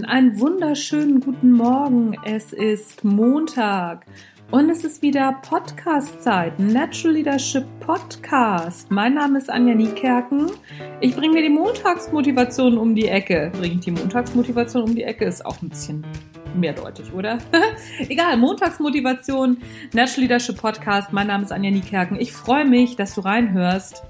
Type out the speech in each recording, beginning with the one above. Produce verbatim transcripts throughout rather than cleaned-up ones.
einen wunderschönen guten Morgen. Es ist Montag und es ist wieder Podcast-Zeit, Natural Leadership Podcast. Mein Name ist Anja Niekerken. Ich bringe dir die Montagsmotivation um die Ecke. Bringe ich die Montagsmotivation um die Ecke? Ist auch ein bisschen mehrdeutig, oder? Egal, Montagsmotivation, Natural Leadership Podcast. Mein Name ist Anja Niekerken. Ich freue mich, dass du reinhörst.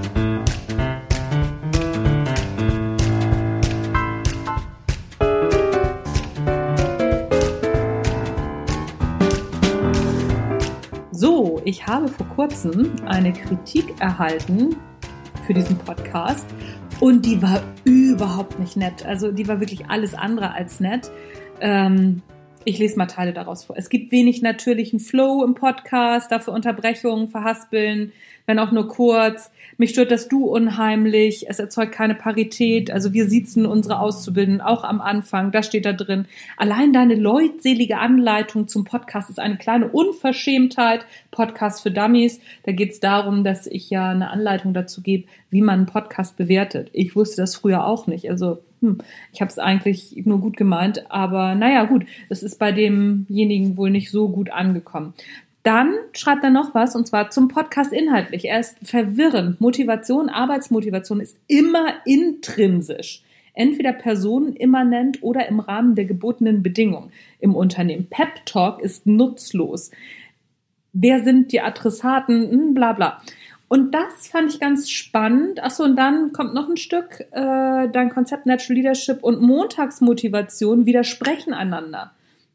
So, ich habe vor kurzem eine Kritik erhalten für diesen Podcast und die war überhaupt nicht nett. Also die war wirklich alles andere als nett. Ähm, ich lese mal Teile daraus vor. Es gibt wenig natürlichen Flow im Podcast, dafür Unterbrechungen, Verhaspeln, wenn auch nur kurz. Mich stört das Du unheimlich, es erzeugt keine Parität. Also wir siezen unsere Auszubildenden auch am Anfang, da steht da drin. Allein deine leutselige Anleitung zum Podcast ist eine kleine Unverschämtheit. Podcast für Dummies, da geht es darum, dass ich ja eine Anleitung dazu gebe, wie man einen Podcast bewertet. Ich wusste das früher auch nicht, also hm, ich habe es eigentlich nur gut gemeint, aber naja gut, es ist bei demjenigen wohl nicht so gut angekommen. Dann schreibt er noch was, und zwar zum Podcast inhaltlich. Er ist verwirrend. Motivation, Arbeitsmotivation ist immer intrinsisch. Entweder personenimmanent oder im Rahmen der gebotenen Bedingungen im Unternehmen. Pep Talk ist nutzlos. Wer sind die Adressaten? Hm, bla bla. Und das fand ich ganz spannend. Achso, und dann kommt noch ein Stück. Äh, dein Konzept Natural Leadership und Montagsmotivation widersprechen einander.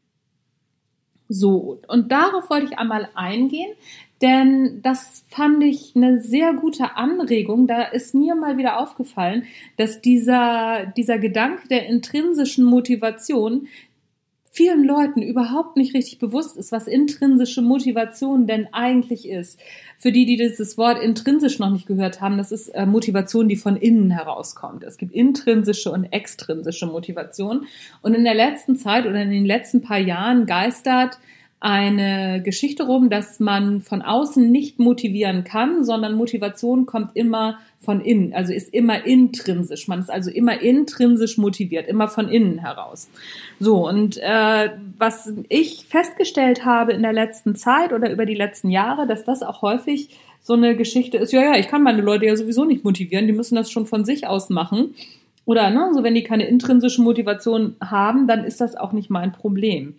So, und darauf wollte ich einmal eingehen, denn das fand ich eine sehr gute Anregung. Da ist mir mal wieder aufgefallen, dass dieser, dieser Gedanke der intrinsischen Motivation vielen Leuten überhaupt nicht richtig bewusst ist, was intrinsische Motivation denn eigentlich ist. Für die, die dieses Wort intrinsisch noch nicht gehört haben, das ist äh, Motivation, die von innen herauskommt. Es gibt intrinsische und extrinsische Motivation. Und in der letzten Zeit oder in den letzten paar Jahren geistert eine Geschichte rum, dass man von außen nicht motivieren kann, sondern Motivation kommt immer von innen, also ist immer intrinsisch. Man ist also immer intrinsisch motiviert, immer von innen heraus. So, und äh, was ich festgestellt habe in der letzten Zeit oder über die letzten Jahre, dass das auch häufig so eine Geschichte ist, ja, ja, ich kann meine Leute ja sowieso nicht motivieren, die müssen das schon von sich aus machen. Oder ne, so wenn die keine intrinsische Motivation haben, dann ist das auch nicht mein Problem.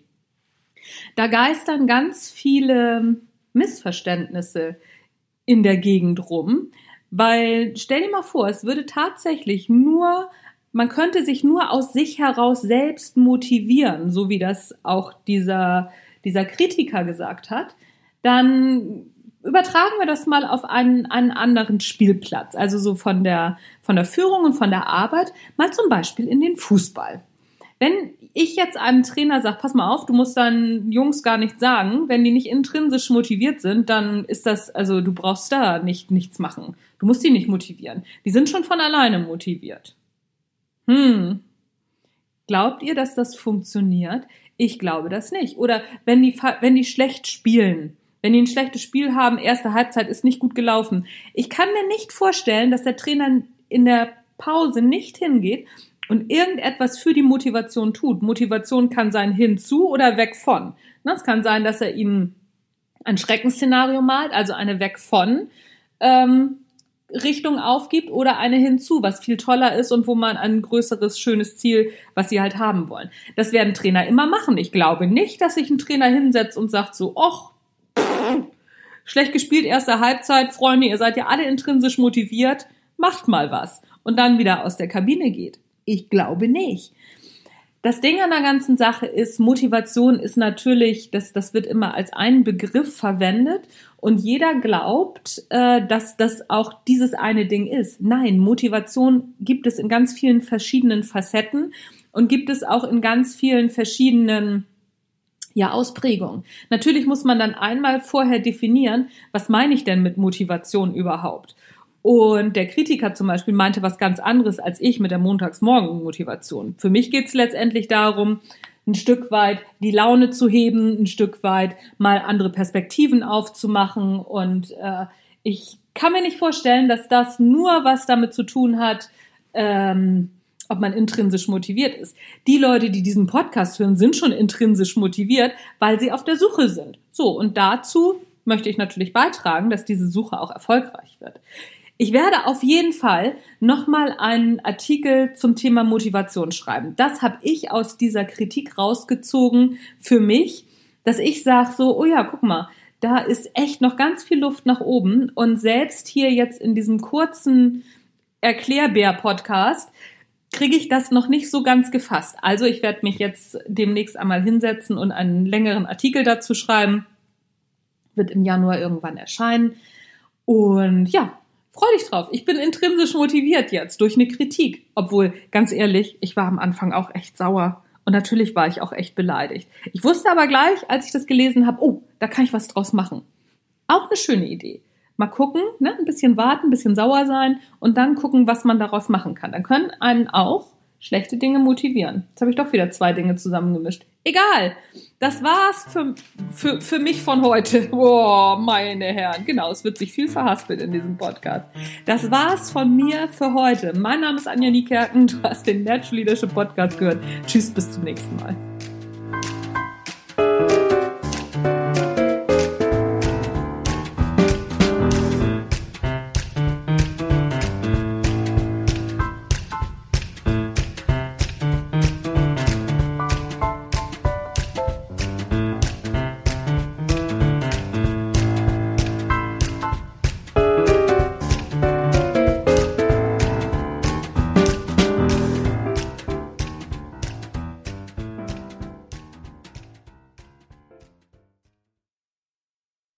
Da geistern ganz viele Missverständnisse in der Gegend rum, weil stell dir mal vor, es würde tatsächlich nur, man könnte sich nur aus sich heraus selbst motivieren, so wie das auch dieser, dieser Kritiker gesagt hat, dann übertragen wir das mal auf einen, einen anderen Spielplatz, also so von der, von der Führung und von der Arbeit, mal zum Beispiel in den Fußball. Wenn ich jetzt einem Trainer sage, pass mal auf, du musst deinen Jungs gar nichts sagen, wenn die nicht intrinsisch motiviert sind, dann ist das, also du brauchst da nicht nichts machen. Du musst die nicht motivieren. Die sind schon von alleine motiviert. Hm. Glaubt ihr, dass das funktioniert? Ich glaube das nicht. Oder wenn die, wenn die schlecht spielen, wenn die ein schlechtes Spiel haben, erste Halbzeit ist nicht gut gelaufen. Ich kann mir nicht vorstellen, dass der Trainer in der Pause nicht hingeht und irgendetwas für die Motivation tut. Motivation kann sein hinzu oder weg von. Es kann sein, dass er ihnen ein Schreckensszenario malt, also eine weg von ähm, Richtung aufgibt oder eine hinzu, was viel toller ist und wo man ein größeres, schönes Ziel, was sie halt haben wollen. Das werden Trainer immer machen. Ich glaube nicht, dass sich ein Trainer hinsetzt und sagt so, och, pff, schlecht gespielt, erste Halbzeit, Freunde, ihr seid ja alle intrinsisch motiviert, macht mal was. Und dann wieder aus der Kabine geht. Ich glaube nicht. Das Ding an der ganzen Sache ist, Motivation ist natürlich, das, das wird immer als ein Begriff verwendet und jeder glaubt, äh, dass das auch dieses eine Ding ist. Nein, Motivation gibt es in ganz vielen verschiedenen Facetten und gibt es auch in ganz vielen verschiedenen ja, Ausprägungen. Natürlich muss man dann einmal vorher definieren, was meine ich denn mit Motivation überhaupt? Und der Kritiker zum Beispiel meinte was ganz anderes als ich mit der Montagsmorgen-Motivation. Für mich geht es letztendlich darum, ein Stück weit die Laune zu heben, ein Stück weit mal andere Perspektiven aufzumachen. Und äh, ich kann mir nicht vorstellen, dass das nur was damit zu tun hat, ähm, ob man intrinsisch motiviert ist. Die Leute, die diesen Podcast hören, sind schon intrinsisch motiviert, weil sie auf der Suche sind. So, und dazu möchte ich natürlich beitragen, dass diese Suche auch erfolgreich wird. Ich werde auf jeden Fall nochmal einen Artikel zum Thema Motivation schreiben. Das habe ich aus dieser Kritik rausgezogen für mich, dass ich sage so, oh ja, guck mal, da ist echt noch ganz viel Luft nach oben. Und selbst hier jetzt in diesem kurzen Erklärbär-Podcast kriege ich das noch nicht so ganz gefasst. Also ich werde mich jetzt demnächst einmal hinsetzen und einen längeren Artikel dazu schreiben. Wird im Januar irgendwann erscheinen. Und ja, freu dich drauf. Ich bin intrinsisch motiviert jetzt durch eine Kritik. Obwohl, ganz ehrlich, ich war am Anfang auch echt sauer. Und natürlich war ich auch echt beleidigt. Ich wusste aber gleich, als ich das gelesen habe, oh, da kann ich was draus machen. Auch eine schöne Idee. Mal gucken, ne? Ein bisschen warten, ein bisschen sauer sein und dann gucken, was man daraus machen kann. Dann können einen auch schlechte Dinge motivieren. Jetzt habe ich doch wieder zwei Dinge zusammengemischt. Egal, das war's für, für, für mich von heute. Boah, meine Herren. Genau, es wird sich viel verhaspelt in diesem Podcast. Das war's von mir für heute. Mein Name ist Anja Niekerken. Du hast den Natural Leadership Podcast gehört. Tschüss, bis zum nächsten Mal.